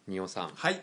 仁尾さん、 はい。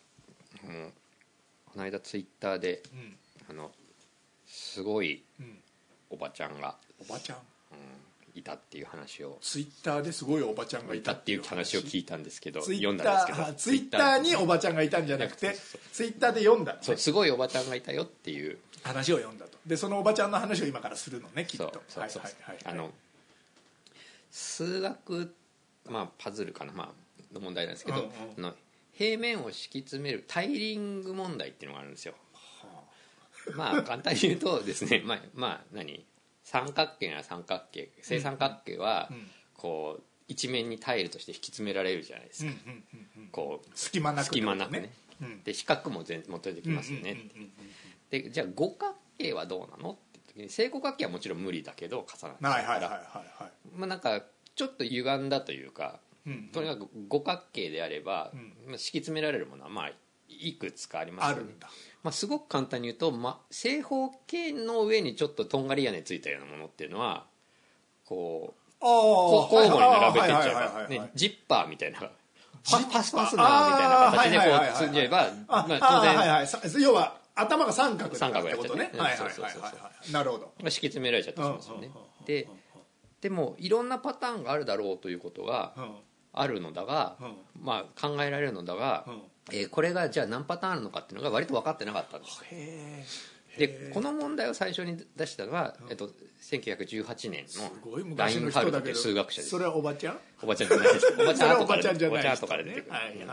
この間ツイッターで、すごいうん。 おばちゃんが、 おばちゃん。 いたっていう話をツイッターですごいおばちゃんがいたっていう話を聞いたんですけど、 ツイ読んッタだんですけど、 ーツイッターにおばちゃんがいたんじゃなくて、ツイッターで読んだのね、 そうすごいおばちゃんがいたよっていう話を読んだと。でそのおばちゃんの話を今からするのね、きっと。 そうはいはいはいはい。 数学、パズルかな、の問題なんですけど、 うんうん平面を敷き詰めるタイリング問題っていうのがあるんですよ。簡単に言うとですね、三角形なら三角形、正三角形はこう一面にタイルとして引き詰められるじゃないですか。こう隙間なくね。で四角も元できますよね。でじゃあ五角形はどうなのって時に、正五角形はもちろん無理だけど重なってるからなんかちょっと歪んだというか、とにかく五角形であれば、敷き詰められるものはいくつかありますよね。 あるんだ。 すごく簡単に言うと、正方形の上にちょっととんがり屋根ついたようなものっていうのはこう交互に並べていっちゃえば、ジッパーみたいなパスナーみたいな形でこう積んじゃえば、当然要は頭が三角だってことね。なるほど。 敷き詰められちゃってしまうんですよね。でもいろんなパターンがあるだろうということがあるのだが、考えられるのだが、これがじゃあ何パターンあるのかっていうのが割と分かってなかったんです。でこの問題を最初に出したのは、1918年のラインハルトという数学者です。 それはおばちゃん？ おばちゃんじゃないです。おばちゃん後から出てくる。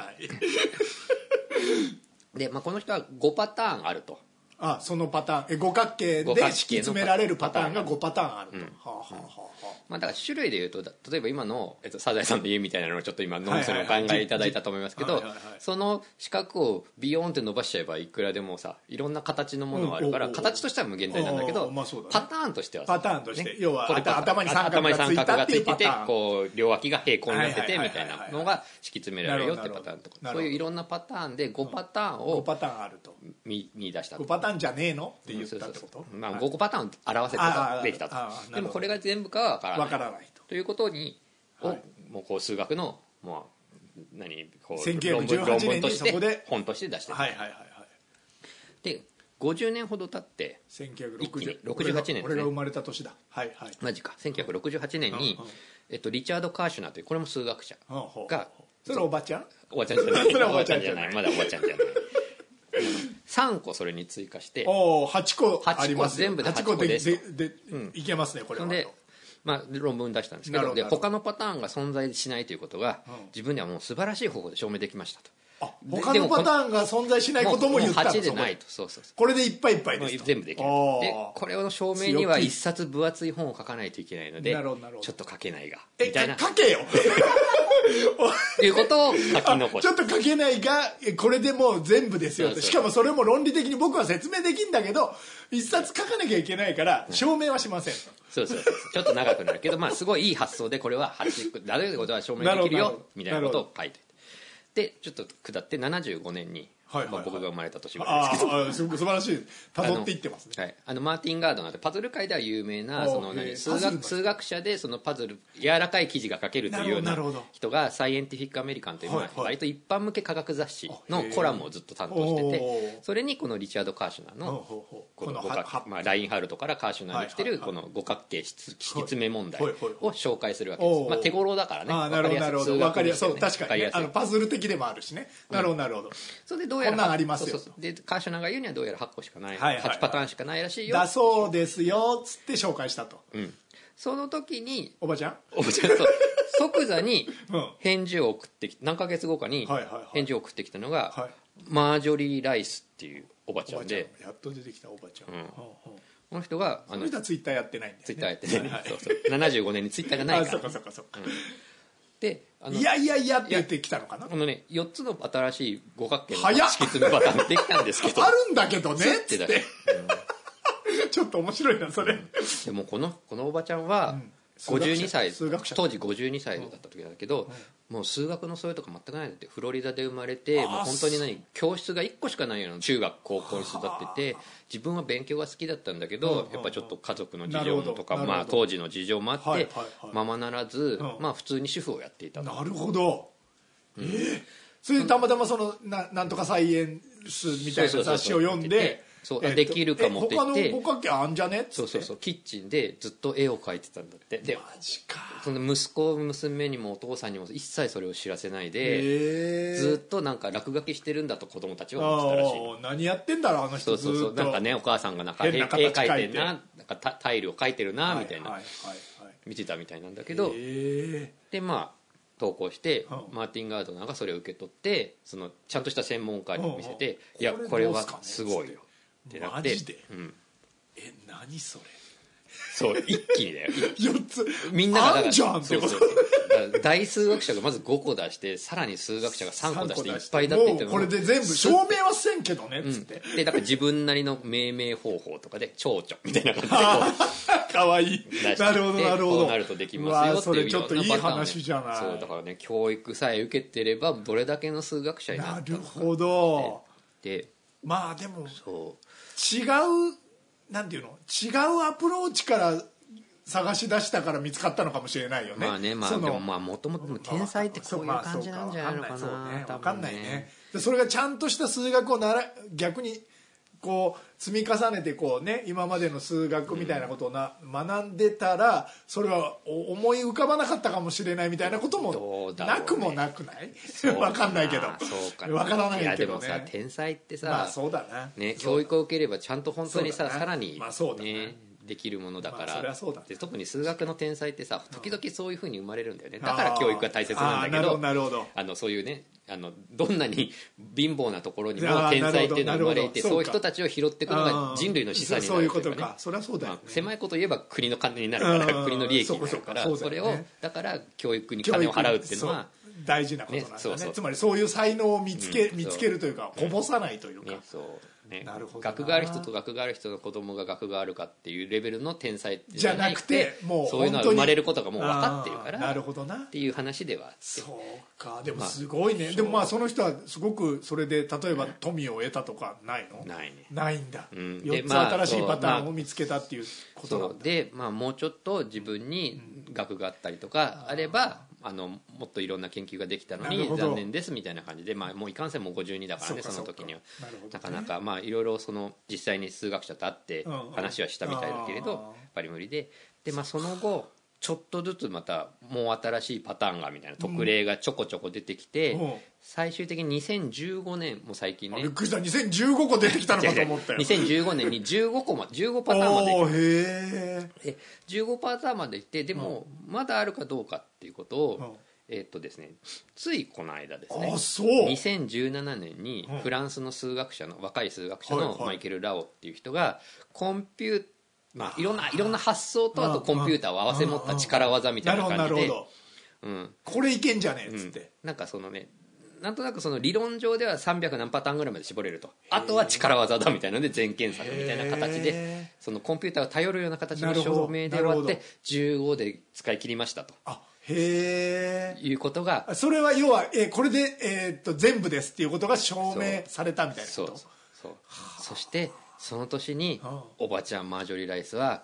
で、この人は5パターンあると。 そのパターン、五角形で敷き詰められるパターンが5パターンあると。 だから種類でいうと、例えば今のサザエさんの家みたいなのをちょっと今ノンスのお考えいただいたと思いますけど、その四角をビヨーンって伸ばしちゃえばいくらでもさ、いろんな形のものがあるから、形としては無限大なんだけど、パターンとしてはさ、 要は頭に三角がついてて、 こう両脇が平行になっててみたいなのが敷き詰められるよってパターンとか、そういういろんなパターンで5パターンを見出したと。 5パターンじゃねえのって言ったってこと？ 5パターンを表せてできたと。でもこれが全部かは分からないということに、もうこう数学のこう論文として本として出してる。で50年ほど経って1968年、 俺が生まれた年だ。 マジか。1968年にリチャード・カーシュナーという、これも数学者が、 それはおばちゃん？ おばちゃんじゃない。おばちゃんじゃない。まだおばちゃんじゃない。3個それに追加して、 8個ありますよ。 全部で8個です。 いけますね、これは。 で論文出したんですけど、他のパターンが存在しないということが自分ではもう素晴らしい方法で証明できましたと。 他のパターンが存在しないことも言ったんです。 8でないと。そうこれでいっぱいいっぱいですと。 全部できる。でこれを証明には一冊分厚い本を書かないといけないので、ちょっと書けないがみたいな。 書けよということを書き残しちょっと書けないがこれでもう全部ですよと。しかもそれも論理的に僕は説明できんだけど、一冊書かなきゃいけないから証明はしませんと。 そうちょっと長くなるけど、すごいいい発想で、これは8だということは証明できるよみたいなことを書いてで、ちょっと下って75年に、僕が生まれた年ぐらいですけど、 素晴らしい。辿っていってますね。 マーティン・ガードナーってパズル界では有名な数学者で、そのパズル柔らかい記事が書けるというような人がサイエンティフィック・アメリカンという割と一般向け科学雑誌のコラムをずっと担当してて、それにこのリチャード・カーシュナーのこのラインハルトからカーシュナーに来てるこの五角形敷き詰め問題を紹介するわけです。手頃だからね、 分かりやすい。確かにパズル的でもあるしね。なるほどなるほど。 それでどうやらこんなんありますよ。 でカーシュナーが言うにはどうやら8個しかない、8パターンしかないらしいよだそうですよっつって紹介したと。 その時におばちゃんと即座に返事を送ってきて、何ヶ月後かに返事を送ってきたのがマージョリー・ライスっていうおばちゃんで、 やっと出てきたおばちゃん。 この人がその人はツイッターやってないんだよね。 ツイッターやってない。75年にツイッターがないから。 そうか。 でいやって言ってきたのかな。 4つの新しい五角形の敷き詰めパターンできたんですけどあるんだけどねってちょっと面白いなそれ。 でもこのおばちゃんは52歳、当時52歳だった時なんだけど、もう数学のそういうとか全くないんだって。フロリダで生まれて、もう本当に教室が1個しかないような中学高校に育ってて、自分は勉強が好きだったんだけど、やっぱちょっと家族の事情とか、当時の事情もあってままならず、普通に主婦をやっていた。 なるほど。そそれでたまたまそのなんとかサイエンスみたいな雑誌を読んで、 できるかもって言って、 他の五角形あんじゃねっつって、 そうキッチンでずっと絵を描いてたんだって。でマジか。 その息子娘にもお父さんにも一切それを知らせないで、ずっとなんか落書きしてるんだと子供たちは思ってたらしい。 何やってんだろうあの人。 そうなんかね、お母さんがなんか絵描いてんな、なんかタイルを描いてるなみたいな見てたみたいなんだけど、でまあ投稿して、マーティン・ガードナーがそれを受け取って、そのちゃんとした専門家に見せて、いやこれはすごいよってなって、 マジで、何それ。 そう一気にだよ 4つみんながだからあんじゃんってこと。 大数学者がまず5個出して、さらに数学者が3個出していっぱいだって言ってもうこれで全部証明はせんけどねっつって、 でだから自分なりの命名方法とかで蝶々みたいな感じでかわいい。なるほどなるほど。 こうなるとできますよっていう。 それちょっといい話じゃない。 そうだからね、教育さえ受けてればどれだけの数学者になったのか。 なるほど。 でまあでも違うなんていうの、違うアプローチから探し出したから見つかったのかもしれないよね。 まあね、でもまあもともと天才ってこういう感じなんじゃないのかな。 分かんないね。でそれがちゃんとした数学を逆にこう積み重ねてこうね、今までの数学みたいなことを学んでたら、それは思い浮かばなかったかもしれないみたいなこともなくもなくない？分かんないけど。分からないけどね。いやでもさ、天才ってさ、 まあそうだな。 ね、教育を受ければちゃんと本当にさ、さらにねできるものだから、で特に数学の天才ってさ、時々そういう風に生まれるんだよね。だから教育が大切なんだけど、そういうね、どんなに貧乏なところにも天才っていうのが生まれて、そういう人たちを拾っていくのが人類の資産になるっていうかね。そういうことか。 そりゃそうだよね。 狭いこと言えば国の金になるから、国の利益になるから、それをだから教育に金を払うっていうのは大事なことなんだね。つまりそういう才能を見つけるというか、こぼさないというか。 ね、学がある人と学がある人の子供が学があるかっていうレベルの天才じゃなくて、もうそういうのは生まれることがもう分かってるから、 なるほどなっていう話ではあって。 そうか。でもすごいね。でもまあその人はすごくそれで例えば富を得たとかないの？ないね。ないんだ。4つ新しいパターンを見つけたっていうことなんだ。 で、まあもうちょっと自分に学があったりとかあれば、もっといろんな研究ができたのに残念ですみたいな感じで、まあ、もういかんせんもう52だからね、その時にはなかなかまあいろいろ実際に数学者と会って話はしたみたいだけれど、やっぱり無理で、まあその後ちょっとずつまたもう新しいパターンがみたいな特例がちょこちょこ出てきて、最終的に2015年も最近ね、 びっくりした、2015個出てきたのかと思ったよ。 2015年に15パターンまでで15パターンまでいって、でもまだあるかどうかっていうことをですね、ついこの間ですね、2017年にフランスの数学者の若い数学者のマイケル・ラオっていう人がコンピューまあ、いろんな発想とあとコンピューターを合わせ持った力技みたいな感じで、 これいけんじゃねえっつって、 なんかそのね、なんとなくその理論上では300何パターンぐらいまで絞れると、あとは力技だみたいなので全検索みたいな形で、そのコンピューターを頼るような形の証明で終わって15で使い切りましたと。 へいうことが、 それは要はこれで全部ですっていうことが証明されたみたいなこと。 そしてその年におばちゃんマージョリー・ライスは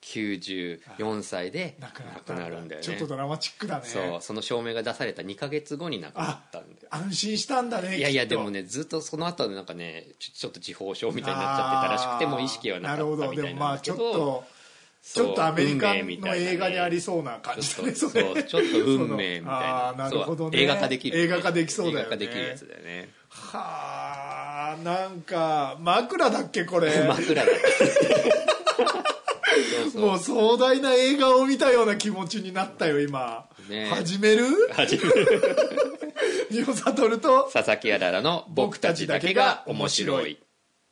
94歳で亡くなるんだよね。 ちょっとドラマチックだね。 その証明が出された2ヶ月後に亡くなったんで、 安心したんだね。 いやでもね、ずっとその後なんかね、ちょっと地方症みたいになっちゃってたらしくて、もう意識はなかったみたいなんだけど。 でもまあちょっとアメリカの映画にありそうな感じだね。 ちょっと運命みたいな。 なるほどね。 映画化できる。 映画化できそうだよね。 映画化できるやつだよね。 はあ、なんか枕だっけこれ。 枕だっけ。もう壮大な映画を見たような気持ちになったよ今。始める？仁尾悟と佐々木あららの僕たちだけが面白い。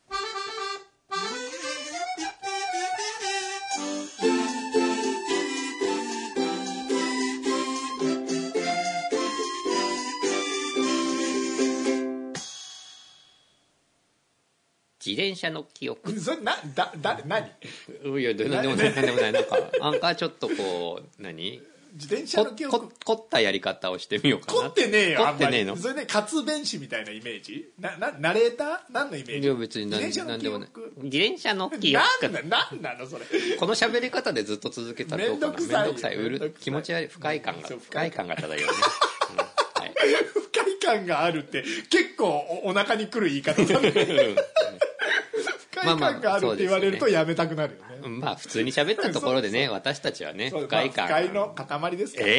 自転車の記憶。 それ何？ いや、でもない。なんかちょっとこう、何？ 自転車の記憶。 凝ったやり方をしてみようかな。 凝ってねえよ。 凝ってねえの。 それね、活弁士みたいなイメージ？ナレーター？何のイメージ？ いや別に何でもない。自転車の記憶。 何なのそれ。 この喋り方でずっと続けたらどうかな。めんどくさい。気持ち悪い。不快感が漂うね。 不快感があるって結構お腹にくる言い方だね不快感があるって言われるとやめたくなるよね。 まあ普通に喋ったところでね、私たちはね不快感、 不快の塊ですから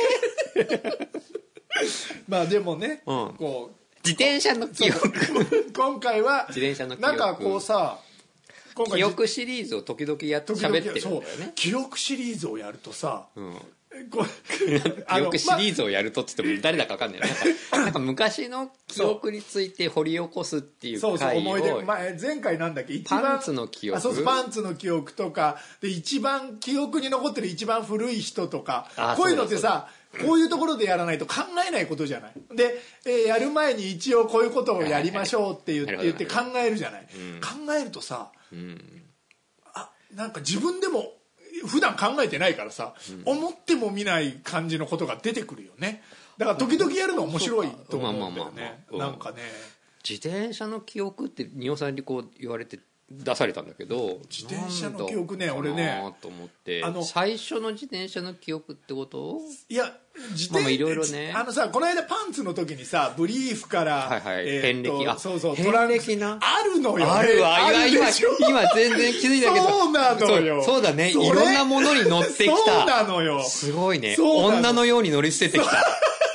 まあでもね、こう自転車の記憶今回は自転車の記憶なんかこうさ、今回記憶シリーズを時々喋ってるんだよね。 記憶シリーズをやるとさ、 記憶シリーズをやるとって言っても誰だか分かんないなんか昔の記憶について掘り起こすっていう回を、 そう思い出、前回なんだっけ、一番パンツの記憶、 そうパンツの記憶とかで、一番記憶に残ってる一番古い人とか、こういうのってさ、こういうところでやらないと考えないことじゃないで、やる前に一応こういうことをやりましょうって言って考えるじゃない、考えるとさ、なんか自分でも普段考えてないからさ、思っても見ない感じのことが出てくるよね。だから時々やるの面白いと思うんだよね。なんかね、 自転車の記憶って仁尾さんにこう言われて出されたんだけど、 自転車の記憶ね、俺ねと思って、最初の自転車の記憶ってこと？ いや、自転車、 いろいろね、 さ、この間パンツの時にさ、ブリーフから、 遍歴、 そうそう、 遍歴な、 あるのよね。 あるわ、今全然気づいたけど、 そうなのよ。 そうだね、いろんなものに乗ってきた。 そうなのよ。 すごいね、女のように乗り捨ててきた。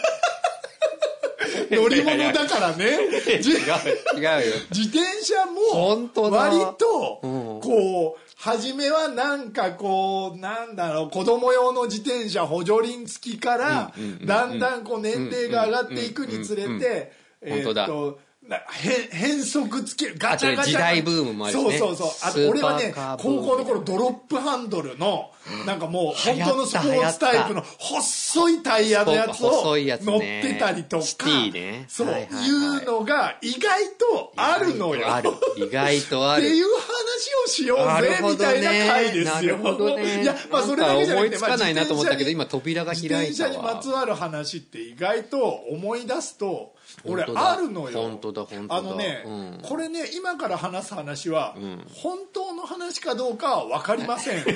乗り物だからね。違うよ。自転車も割とこう初めはなんかこうなんだろう、子供用の自転車補助輪付きからだんだんこう年齢が上がっていくにつれて、変速つけるガチャガチャ、 時代ブームもあるしね。 そうあと俺はね、高校の頃ドロップハンドルのなんかもう本当のスポーツタイプの細いタイヤのやつを乗ってたりとか、そういうのが意外とあるのよ。 意外とあるっていう話をしようぜみたいな回ですよ。 なるほどね。 いや、まあそれだけじゃなくて、 思いつかないなと思ったけど今扉が開いたわ。 自転車にまつわる話って意外と思い出すと俺あるのよ。 本当だ。 これね、今から話す話は本当の話かどうかは分かりません。い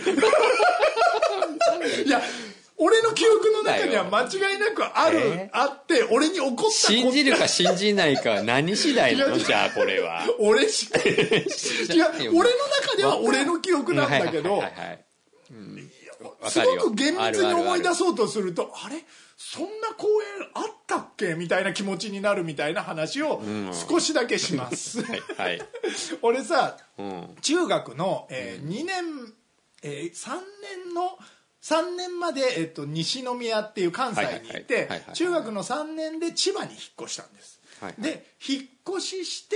や、俺の記憶の中には間違いなくあって俺に起こったこと、 信じるか信じないかは何次第なの？じゃあこれは俺の中では俺の記憶なんだけど、すごく厳密に思い出そうとすると、あれそんな公演あったっけみたいな気持ちになるみたいな話を少しだけします。俺さ、中学の2年3年まで西宮っていう関西にいて、中学の3年で千葉に引っ越したんです。で引っ越しして、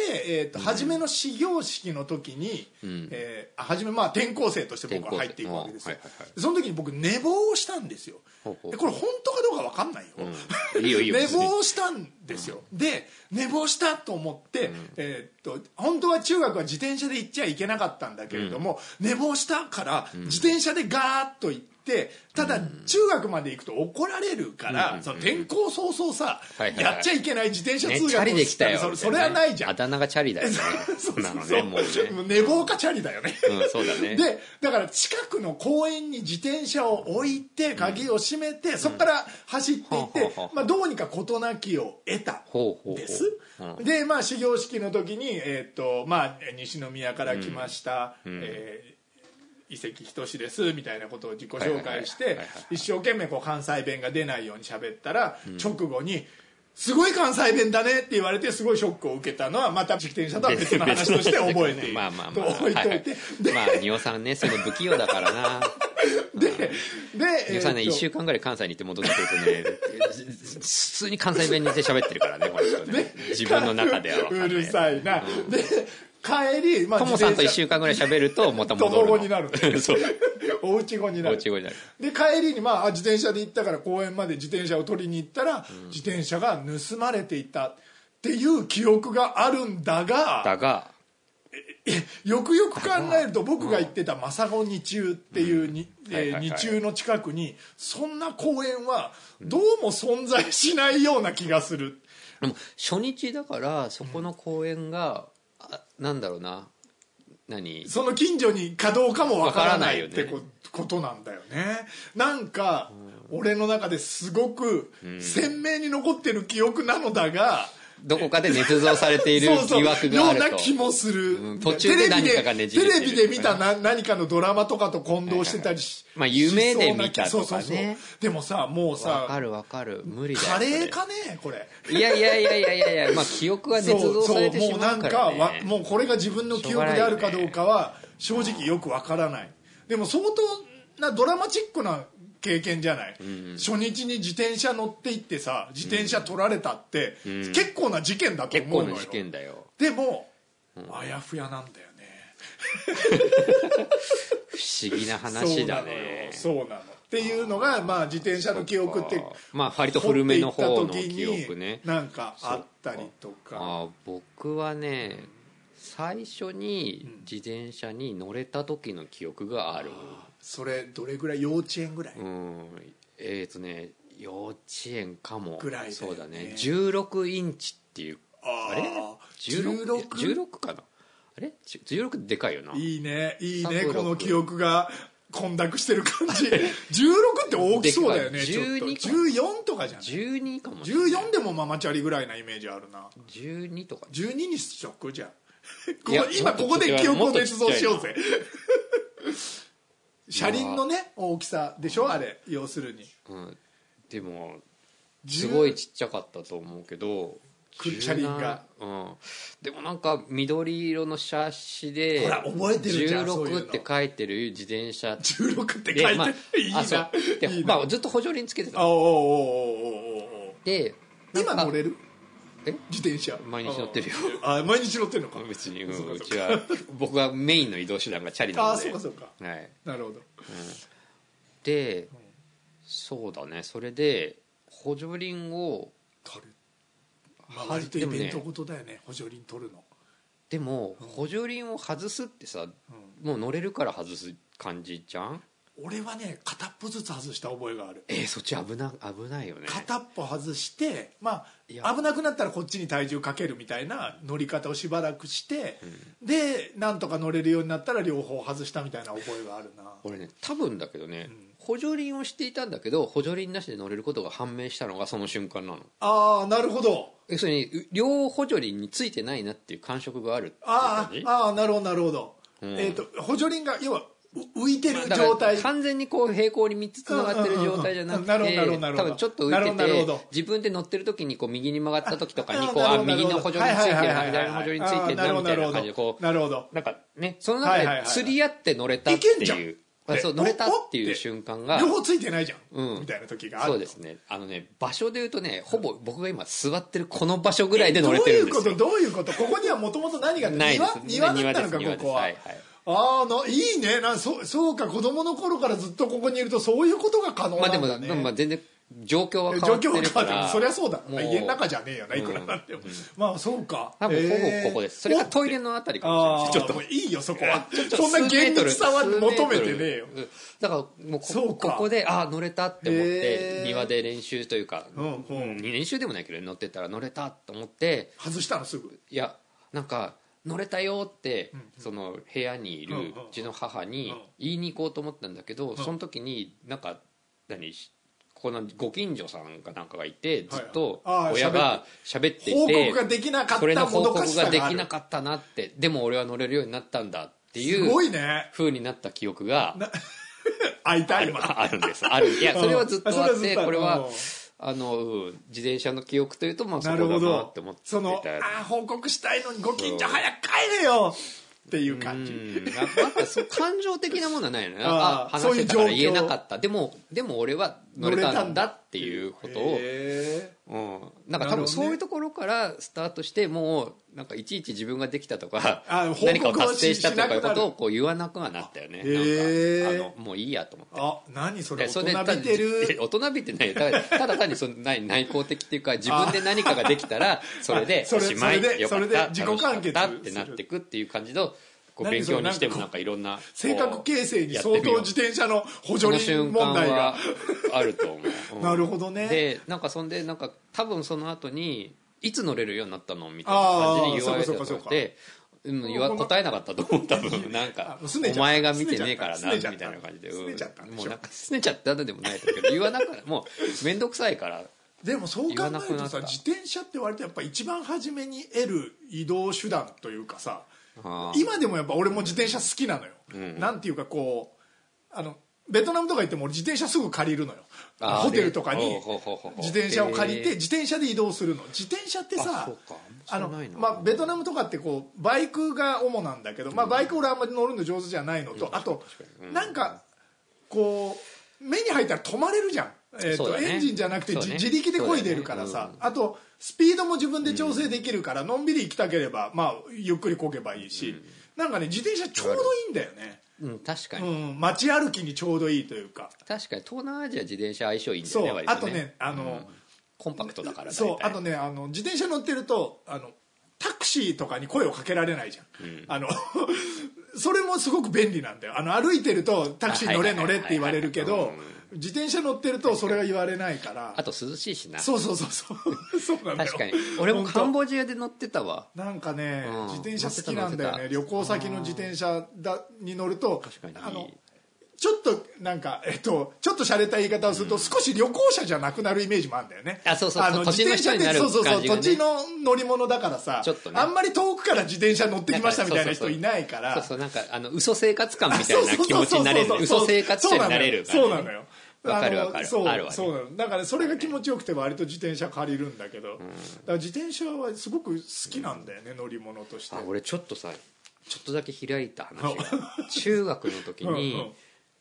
初めの始業式の時に、初め転校生として僕は入っていくわけですよ。その時に僕寝坊をしたんですよ。これ本当かどうか分かんないよ。寝坊したんですよ。で寝坊したと思って、本当は中学は自転車で行っちゃいけなかったんだけれども、寝坊したから自転車でガーッと行って、ただ中学まで行くと怒られるから、その転校早々さ、やっちゃいけない自転車通学をしたらそれはないじゃん。 あだ名がチャリだよね。そうなのね、もう寝坊かチャリだよね。 そうだね。 でだから近くの公園に自転車を置いて鍵を閉めて、そこから走っていって、どうにか事なきを得たんです。で始業式の時に西宮から来ました、伊関仁ですみたいなことを自己紹介して一生懸命関西弁が出ないように喋ったら、直後にすごい関西弁だねって言われてすごいショックを受けたのはまた自転車とは別の話として覚えていると置いといて、 仁尾さんね、そういうの不器用だからな。 で仁尾さんね、1週間ぐらい関西に行って戻ってくるとね、普通に関西弁にして喋ってるからね、この人ね。自分の中ではうるさいな。で帰り、 トモさんと1週間ぐらい喋るとまた戻るの。 語になる。おうち語になる。で帰りに自転車で行ったから公園まで自転車を取りに行ったら、自転車が盗まれていたっていう記憶があるんだがよくよく考えると僕が行ってた政子二中っていう二中の近くにそんな公園はどうも存在しないような気がする。 でも初日だからそこの公園が、なんだろうな、 その近所にかどうかもわからないってことなんだよね。なんか俺の中ですごく鮮明に残ってる記憶なのだが、 どこかで捏造されている疑惑があるとような気もする、 途中で何かがねじれてるテレビで見た何かのドラマとかと混同してたりし、 まあ夢で見たとかね。 そうでもさ、もうさ、 わかる無理だよ。 カレーかねこれ。 いやまあ記憶は捏造されてしまうからね。 もうなんかもうこれが自分の記憶であるかどうかは正直よくわからない。でも相当なドラマチックな経験じゃない、初日に自転車乗って行ってさ、自転車取られたって、結構な事件だと思うのよ。 結構な事件だよ。 でも、あやふやなんだよね。 不思議な話だね。 そうなのっていうのが、まあ自転車の記憶ってまあ割と古めの方の記憶ね。 なんかあったりとか。 僕はね、最初に自転車に乗れた時の記憶がある。 それどれぐらい？幼稚園ぐらい？ 幼稚園かもぐらいだよね。 そうだね。16インチっていう、あれ 16かな、あれ16ってでかいよな。 いいねこの記憶が混濁してる感じ。16って大きそうだよね。ちょっと14とかじゃない？ 12かもしれない。14でもママチャリぐらいなイメージあるな。 12とか 12にしとくじゃん。今ここで記憶を捏造しようぜ。車輪のね大きさでしょ、あれ要するに、 でもすごいちっちゃかったと思うけど、 車輪が、 でもなんか緑色のシャーシでほら覚えてるじゃん、 16って書いてる自転車 16って書いてる、いいな。 でまあずっと補助輪つけてた。で今乗れる？自転車毎日乗ってるよ。 毎日乗ってるのか。 別に、うちは僕はメインの移動手段がチャリなので。 そうか、はい、なるほど、 で、そうだね、それで補助輪を取る、割とイベントごとだよね、補助輪取るの。 でも、補助輪を外すってさ、もう乗れるから外す感じじゃん。 俺はね片っぽずつ外した覚えがある。 そっち危ないよね。 片っぽ外して、まあ危なくなったらこっちに体重かけるみたいな乗り方をしばらくして、でなんとか乗れるようになったら両方外したみたいな覚えがあるな。 俺ね、多分だけどね、補助輪をしていたんだけど補助輪なしで乗れることが判明したのがその瞬間なの。 ああ、なるほど。 要するに両補助輪についてないなっていう感触があるっていう感じ。なるほどなるほど、補助輪が要は浮いてる状態、 完全にこう平行に3つつながってる状態じゃなくて、多分ちょっと浮いてて、自分で乗ってる時にこう右に曲がった時とかにこう右の補助輪ついてるな、左の補助輪ついてるなみたいな感じで、こうなんかね、その中で釣り合って乗れたっていう、乗れたっていう瞬間が両方ついてないじゃんみたいな時がある。 そうですね。場所でいうとね、ほぼ僕が今座ってるこの場所ぐらいで乗れてるんですよ。 どういうこと？ここにはもともと何があった？庭だったのか、ここは。いいね。そうか、子供の頃からずっとここにいるとそういうことが可能なんだね。 でも全然状況は変わってるから。 そりゃそうだ。家の中じゃねえよな、いくらなんでも。まあそうか。 多分ほぼここです。それがトイレのあたりかもしれない。ちょっといいよ、そこは。そんな現実さは求めてねえよ。 だからもうここで乗れたって思って庭で練習というか、練習でもないけど乗ってたら乗れたと思って外したのすぐ。 いや、なんか乗れたよってその部屋にいるうちの母に言いに行こうと思ったんだけど、その時になんかこのご近所さんかなんかがいて、ずっと親が喋っていて、 報告ができなかった、 それの報告ができなかったなって、でも俺は乗れるようになったんだっていうすごいね風になった記憶があるんです。いや、それはずっとあって、これは自転車の記憶というとそこだなって思っていた。 報告したいのにご近所早く帰れよっていう感じ。 なんかそう感情的なものはないよね。話してたから言えなかった。でも俺は乗れたんだっていうことを、なんか多分そういうところからスタートして、もうなんかいちいち自分ができたとか何かを達成したとかいうことをこう言わなくはなったよね。なんかもういいやと思って。 何それ、大人びてる。 大人びてない。ただ単に内向的っていうか、自分で何かができたらそれでおしまい、よかった、 自己完結ってなっていくっていう感じの勉強にしてもなんかいろんな性格形成に相当自転車の補助輪問題があると思う。 なるほどね。 でなんかそんでなんか多分その後にいつ乗れるようになったのみたいな感じで言われて、 答えなかったと思う多分なんかお前が見てねえからなみたいな感じで、もうなんかすねちゃったでもないんだけど言わなかったもう面倒くさいから。 でもそう考えるとさ、自転車って割とやっぱ一番初めに得る移動手段というかさ、今でもやっぱ俺も自転車好きなのよ、なんていうかこうベトナムとか行っても俺自転車すぐ借りるのよ。ホテルとかに自転車を借りて自転車で移動するの。自転車ってさベトナムとかってこうバイクが主なんだけど、バイク俺あんまり乗るの上手じゃないのと、あとなんかこう目に入ったら止まれるじゃん。エンジンじゃなくて自力で漕いでるからさ、あとスピードも自分で調整できるから、のんびり行きたければゆっくり漕げばいいし、なんかね自転車ちょうどいいんだよね。 確かに、 街歩きにちょうどいいというか。 確かに東南アジア自転車相性いいんだよね。割とね、 あとねコンパクトだから。 そう、あとね自転車乗ってるとタクシーとかに声をかけられないじゃん、それもすごく便利なんだよ。歩いてるとタクシー乗れ乗れって言われるけど、自転車乗ってるとそれが言われないから。 あと涼しいしな。 そうそうなんだよ。 確かに俺もカンボジアで乗ってたわ。 なんかね、自転車好きなんだよね。旅行先の自転車に乗るとちょっとなんかちょっと洒落た言い方をすると、少し旅行者じゃなくなるイメージもあるんだよね。 そう自転車って土地の乗り物だからさ、あんまり遠くから自転車乗ってきましたみたいな人いないから、 なんか嘘生活感みたいな気持ちになれる。嘘生活者になれるから。 そうなのよ。 わかるあるわ。 そうなの。だからそれが気持ちよくて割と自転車借りるんだけど、だから自転車はすごく好きなんだよね、乗り物として。 俺ちょっとだけ開いた話が中学の時に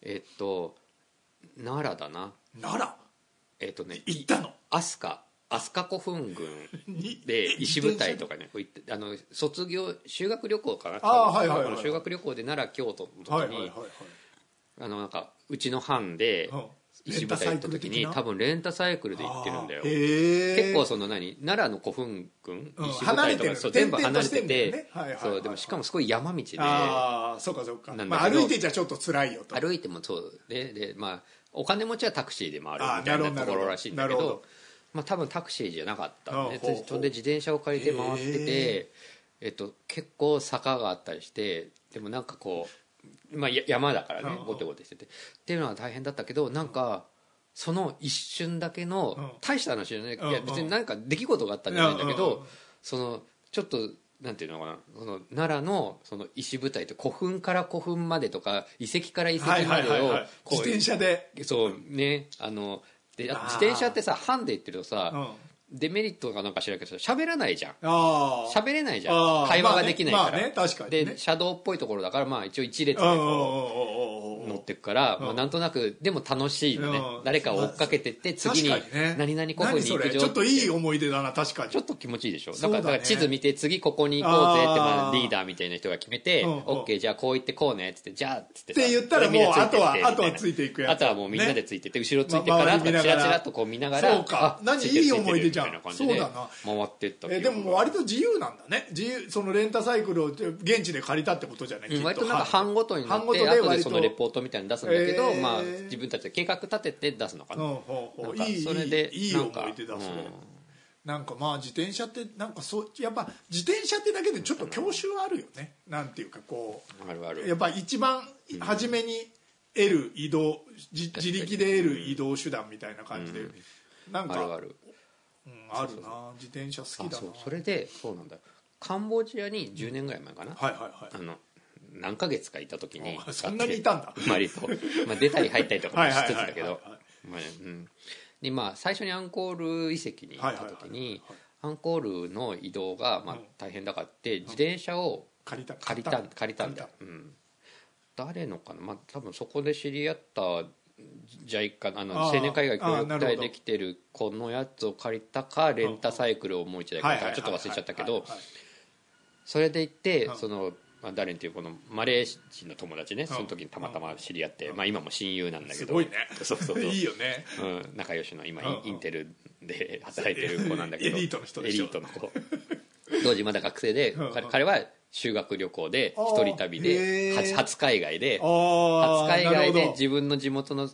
奈良だな。 奈良行ったの。 飛鳥古墳群で石舞台とかね、卒業修学旅行かな。修学旅行で奈良京都の時になんかうちの班で石舞台行った時に多分レンタサイクルで行ってるんだよ。結構奈良の古墳群石舞台とか全部離れてて、でもしかもすごい山道で、 そうか歩いてじゃちょっと辛いよと。 歩いてもそうでお金持ちはタクシーで回るみたいなところらしいんだけど、多分タクシーじゃなかったんで、それで自転車を借りて回ってて、結構坂があったりして、でもなんかこう山だからね、ゴテゴテしててっていうのは大変だったけど、なんかその一瞬だけの大した話じゃない、いや別になんか出来事があったんじゃないんだけど、ちょっとなんていうのかな、奈良のその石舞台って古墳から古墳までとか遺跡から遺跡までを自転車で、 そうね、自転車ってさ班で行ってるとさ、デメリットがなんか知らんけど喋らないじゃん。喋れないじゃん。会話ができないから。 確かにで車道っぽいところだから一応一列で乗ってくから、なんとなくでも楽しいのね。誰かを追っかけてって次に何々古墳に行くちょっといい思い出だな。確かにちょっと気持ちいいでしょ。だから地図見て次ここに行こうぜってリーダーみたいな人が決めて、オッケーじゃあこう行ってこうねっつって、じゃあっつってって言ったらもうあとはついていくやつ。 あとはもうみんなでついてって後ろついてからチラチラとこう見ながら、 そうか、何いい思い出じゃん。そうだな。 回ってった。 でも割と自由なんだね。そのレンタサイクルを現地で借りたってことじゃない。 割となんか班ごとになって、後でそのレポートみたいに出すんだけど、自分たちで計画立てて出すのかな。 それでいい思い出だそれ。なんか自転車ってなんかやっぱ自転車ってだけでちょっと郷愁あるよね。なんていうかこうやっぱ一番初めに得る移動、自力で得る移動手段みたいな感じで、なんかあるな。自転車好きだな。 それでそうなんだ。カンボジアに10年ぐらい前かな、何ヶ月かいた時に、 そんなにいたんだ。 割と出たり入ったりとかもしつつだけど、で最初にアンコール遺跡に行った時に、アンコールの移動が大変だからって自転車を借りたんだ。誰のかな、多分そこで知り合った青年海外協力隊で来てるこのやつを借りたか、レンタサイクルをもう一台借りたかちょっと忘れちゃったけど、それで行って誰っていうこのマレー人の友達ね、その時にたまたま知り合って、今も親友なんだけど、 すごいね。 そういいよね。 仲良しの今インテルで働いてる子なんだけど、 エリートの人でしょ。 エリートの子。当時まだ学生で、彼は修学旅行で一人旅で初海外で自分の地元の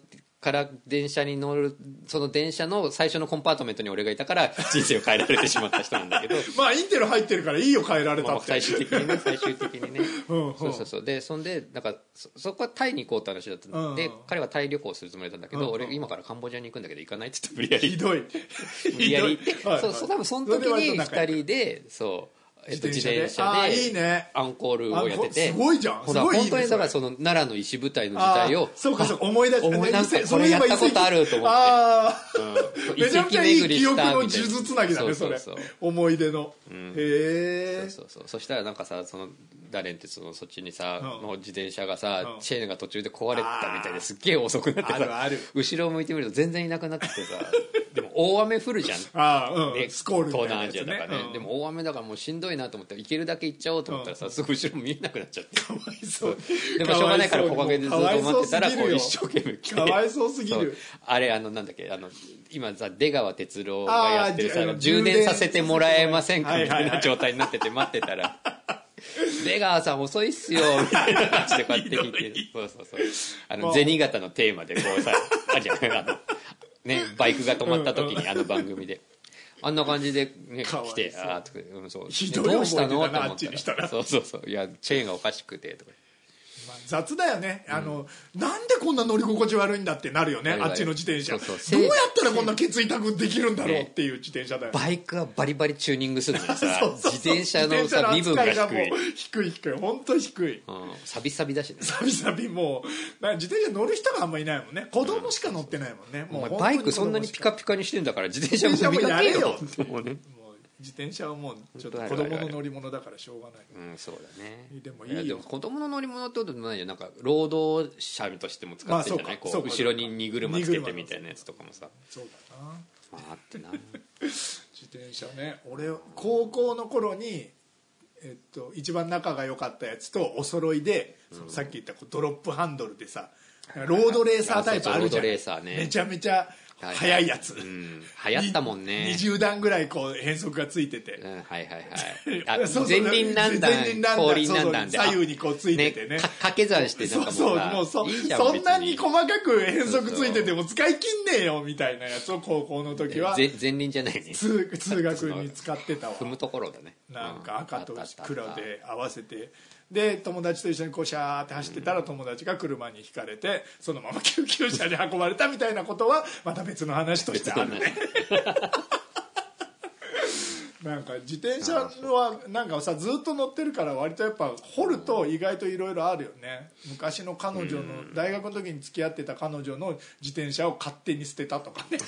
から電車に乗るその電車の最初のコンパートメントに俺がいたから人生を変えられてしまった人なんだけどまあインテル入ってるからいいよ変えられたって、 まあ、最終的にねそうでそんでなんかそこはタイに行こうって話だったんで、彼はタイ旅行するつもりだったんだけど、俺今からカンボジアに行くんだけど行かないって言って無理やりひどい無理やり行ってそう多分その時に2人でそう自転車でいいねアンコールをやっててすごいじゃん、すごいいいね、 本当にだからその奈良の石舞台の時代をそうか思い出したね、 なんかこれやったことあると思ってめちゃめちゃいい記憶の数珠つなぎだねそれ思い出の、へえそしたらなんかさそのダレンってそっちにさ、の自転車がさ、チェーンが途中で壊れたみたいですっげえ遅くなってさ後ろを向いてみると全然いなくなっててさでも大雨降るじゃんスコールみたいなやつね、 東南アジアだからね、でも大雨だからもうしんどいなと思って行けるだけ行っちゃおうと思ったらさ、すぐ後ろ見えなくなっちゃってかわいそうでもしょうがないから木陰でずっと待ってたらこう一生懸命来てかわいそうすぎるあれなんだっけ今さ出川哲朗がやってるさ充電させてもらえませんかみたいな状態になってて待ってたら出川さん遅いっすよみたいな感じでこうやって聞いてそう銭形のテーマでこうさあるじゃんねバイクが止まった時に番組であんな感じで、ね、来てそうひどい思い出だなどうしたのと思あっちにしたらそういやチェーンがおかしくてとか雑だよね、なんでこんな乗り心地悪いんだってなるよね、あっちの自転車どうやったらこんなケツ痛くできるんだろうっていう自転車だよ、 バイクはバリバリチューニングするのにさ自転車のさ身分が低い本当に低い、 サビサビだしねサビサビもう自転車乗る人があんまいないもんね、子供しか乗ってないもんね、 もうバイクそんなにピカピカにしてんだから自転車もやれよもうね自転車はもうちょっと子供の乗り物だからしょうがない、 そうだねでもいいよ、 でも子供の乗り物ってことないじゃん、なんか労働者としても使ってるじゃない、こう後ろに荷車つけてみたいなやつとかもさ、 そうだな、 あってな自転車ね、俺高校の頃に一番仲が良かったやつとお揃いで、さっき言ったドロップハンドルでさロードレーサータイプあるじゃん、めちゃめちゃ速いやつ、 流行ったもんね、 20段ぐらいこう変速がついてて、 前輪何段後輪何段で左右にこうついててね掛け算してなんかもうそんなに細かく変速ついてても使い切んねえよみたいなやつを高校の時は前輪じゃないね、 通学に使ってたわ、 踏むところだね、 なんか赤と黒で合わせて、で友達と一緒にこうシャーって走ってたら友達が車にひかれてそのまま救急車に運ばれたみたいなことはまた別の話としてあるねなんか自転車はなんかさずっと乗ってるから割とやっぱ掘ると意外といろいろあるよね。昔の彼女の大学の時に付き合ってた彼女の自転車を勝手に捨てたとかね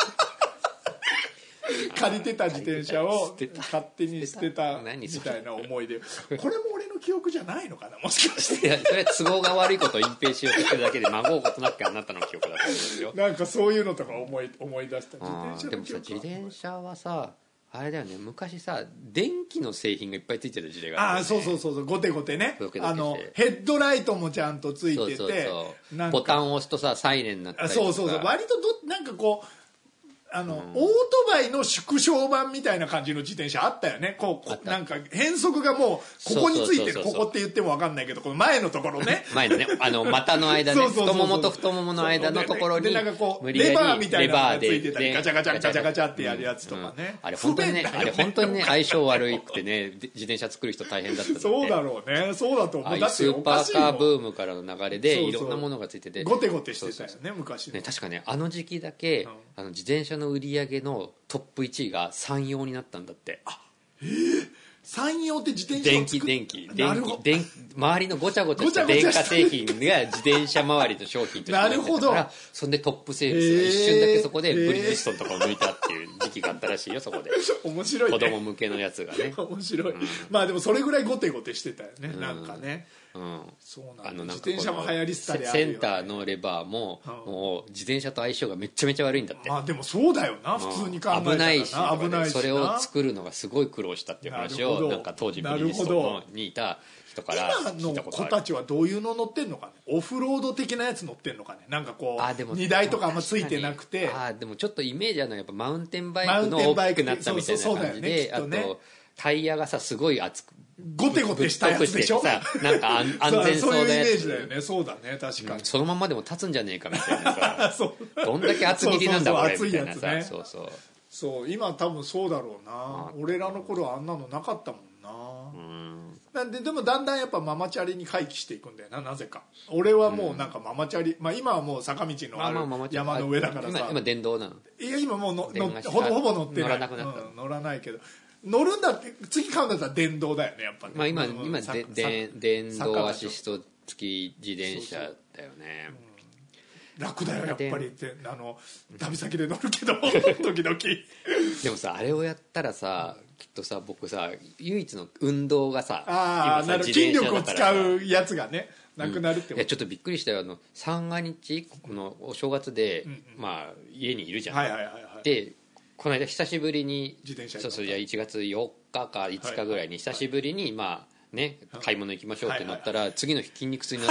借りてた自転車を勝手に捨てたみたいな思い出、これも俺の記憶じゃないのかな、もしかして。 いやそれは都合が悪いことを隠蔽しようとしてるだけで孫うことなくあなたの記憶だと思うんですよ。 なんかそういうのとか思い出したでもさ自転車はさあれだよね、昔さ電気の製品がいっぱいついてる時代がある、ね、 そうゴテゴテね、ヘッドライトもちゃんとついててボタンを押すとさサイレンになったりとか、 そう割となんかこうオートバイの縮小版みたいな感じの自転車あったよね。こうなんか変速がもうここについてる、ここって言っても分かんないけどこの前のところね前のね股の間ね太ももと太ももの間のところになんかこうレバーみたいなのがついてたりガチャガチャガチャガチャってやるやつとかね、 あれ本当にね相性悪くてね自転車作る人大変だったんで、 そうだろうね、そうだと思う。だってスーパーカーブームからの流れでいろんなものがついててゴテゴテしてたよね昔ね。 確かね時期だけ自転車の売り上げのトップ1位が山陽になったんだって。 山陽って自転車を作る電気周りのごちゃごちゃした電化製品が自転車周りの商品としてなってたからそんでトップセールスが一瞬だけそこでブリヂストンとかを抜いたっていう時期があったらしいよそこで面白いね、 子供向けのやつがね面白い、まあでもそれぐらいゴテゴテしてたよね、なんかね、そうなんだ、自転車も流行り廃りあるよね。 センターのレバーももう自転車と相性がめちゃめちゃ悪いんだって。 でもそうだよな、普通に考えたらな、 危ないしそれを作るのがすごい苦労したっていう話をなんか当時ブリヂストンにいた人から聞いたことある。 今の子たちはどういうの乗ってんのかね、オフロード的なやつ乗ってんのかね、なんかこう荷台とかあんまついてなくて、 でもちょっとイメージあるのはやっぱマウンテンバイクの大きくなったみたいな感じで、あとタイヤがさすごい厚くゴテゴテしたやつでしょ。 さなんか安全そうなやつ。 そういうイメージだよね。そうだね、確かに、 そのままでも立つんじゃねえかみたいなさそうどんだけ厚切りなんだこれみたいなさ、 ね、 そう今多分そうだろうな。俺らの頃はあんなのなかったもんな。なんででもだんだんやっぱママチャリに回帰していくんだよな、なぜか。俺はもうなんかママチャリ、今はもう坂道のある山の上だからさ。 今電動なの？ いや今もうほぼ乗ってない。 乗らなくなった、 乗らないけど、乗るんだって次買うんだったら電動だよね、やっぱね。 今電動アシスト付き自転車だよね。 楽だよやっぱりって、旅先で乗るけど時々 でもさ、あれをやったらさ、きっとさ、僕さ、唯一の運動がさ、 筋力を使うやつがねなくなるってこと。 いやちょっとびっくりしたよ。三が日このお正月で、家にいるじゃん。でこの間久しぶりに自転車そう1月4日か5日ぐらいに久しぶりに買い物行きましょうってなったら、次の日筋肉痛にな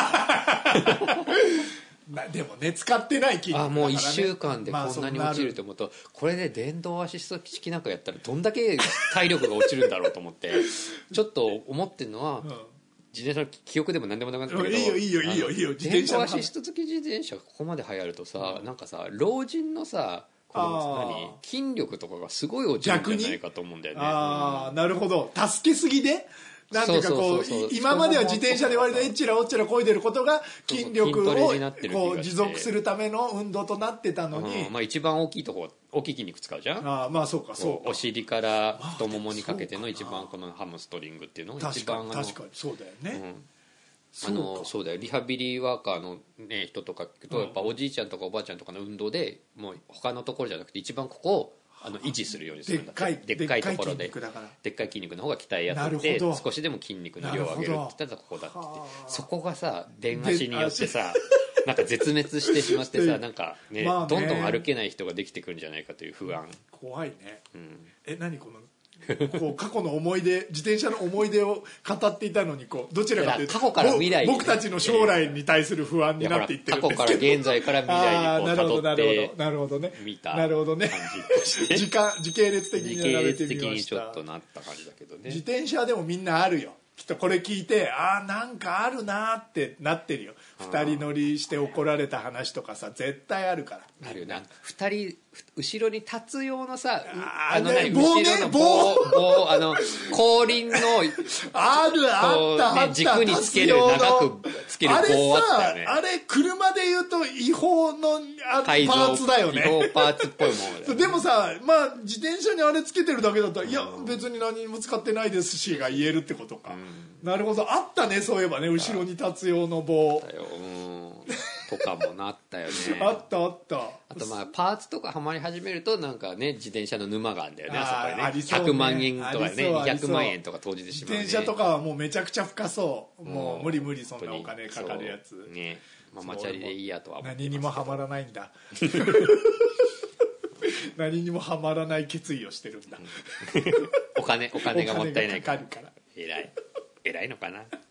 ったでもね、使ってない筋肉だからね。 もう1週間でこんなに落ちると思うと、これで電動アシスト式なんかやったらどんだけ体力が落ちるんだろうと思ってちょっと思ってるのは、自転車の記憶でも何でもなかったけど、 いいよ電動アシスト付き自転車がここまで流行るとさ、なんかさ、老人のさ筋力とかがすごい落ちるんじゃないかと思うんだよね。 なるほど。助けすぎでなんていうかこう今までは自転車で割とえっちらおっちら漕いでることが筋力をこう持続するための運動となってたのに、 一番大きい筋肉使うじゃん。 そうかお尻から太ももにかけての一番このハムストリングっていうのを一番確かにそうだよね。 そうだよ。リハビリワーカーの、人とか聞くと、やっぱおじいちゃんとかおばあちゃんとかの運動でもう他のところじゃなくて一番ここを維持するようにするんだって。でっかいところででっかい筋肉の方が鍛えやすくて、少しでも筋肉の量を上げるって言ったらここだって言って、そこがさ電足によってさなんか絶滅してしまってさなんかね、どんどん歩けない人ができてくるんじゃないかという不安。 怖いね。何このこう過去の思い出、自転車の思い出を語っていたのにどちらかというと過去から未来僕たちの将来に対する不安になっていってるんですけど、 過去から現在から未来に辿ってなるほどね見たなるほどね時系列的に並べてみました。時系列的にちょっとなった感じだけどね。 自転車でもみんなあるよきっと。これ聞いてなんかあるなってなってるよ。2人乗りして怒られた話とかさ絶対あるから。 あるよな。2人後ろに立つ用のさ後ろの棒後輪のあった軸につける長くつける棒あったよね。 あれ車でいうと違法のパーツだよね。 違法パーツっぽいものでもさ自転車にあれつけてるだけだったらいや別に何も使ってないですしが言えるってことか。なるほど。あったね、そういえばね、後ろに立つ用の棒とかもなったよねあったあとパーツとかはまり始めるとなんかね、自転車の沼があるんだよね。あそこにね100万円とかね200万円とか投じてしまうね。 自転車とかはもうめちゃくちゃ深そう。もう無理そんなお金かかるやつね。ママチャリでいいやとは思ってますけど、 何にもはまらないんだ何にもはまらない決意をしてるんだお金がもったいないかかるから。 偉いのかな。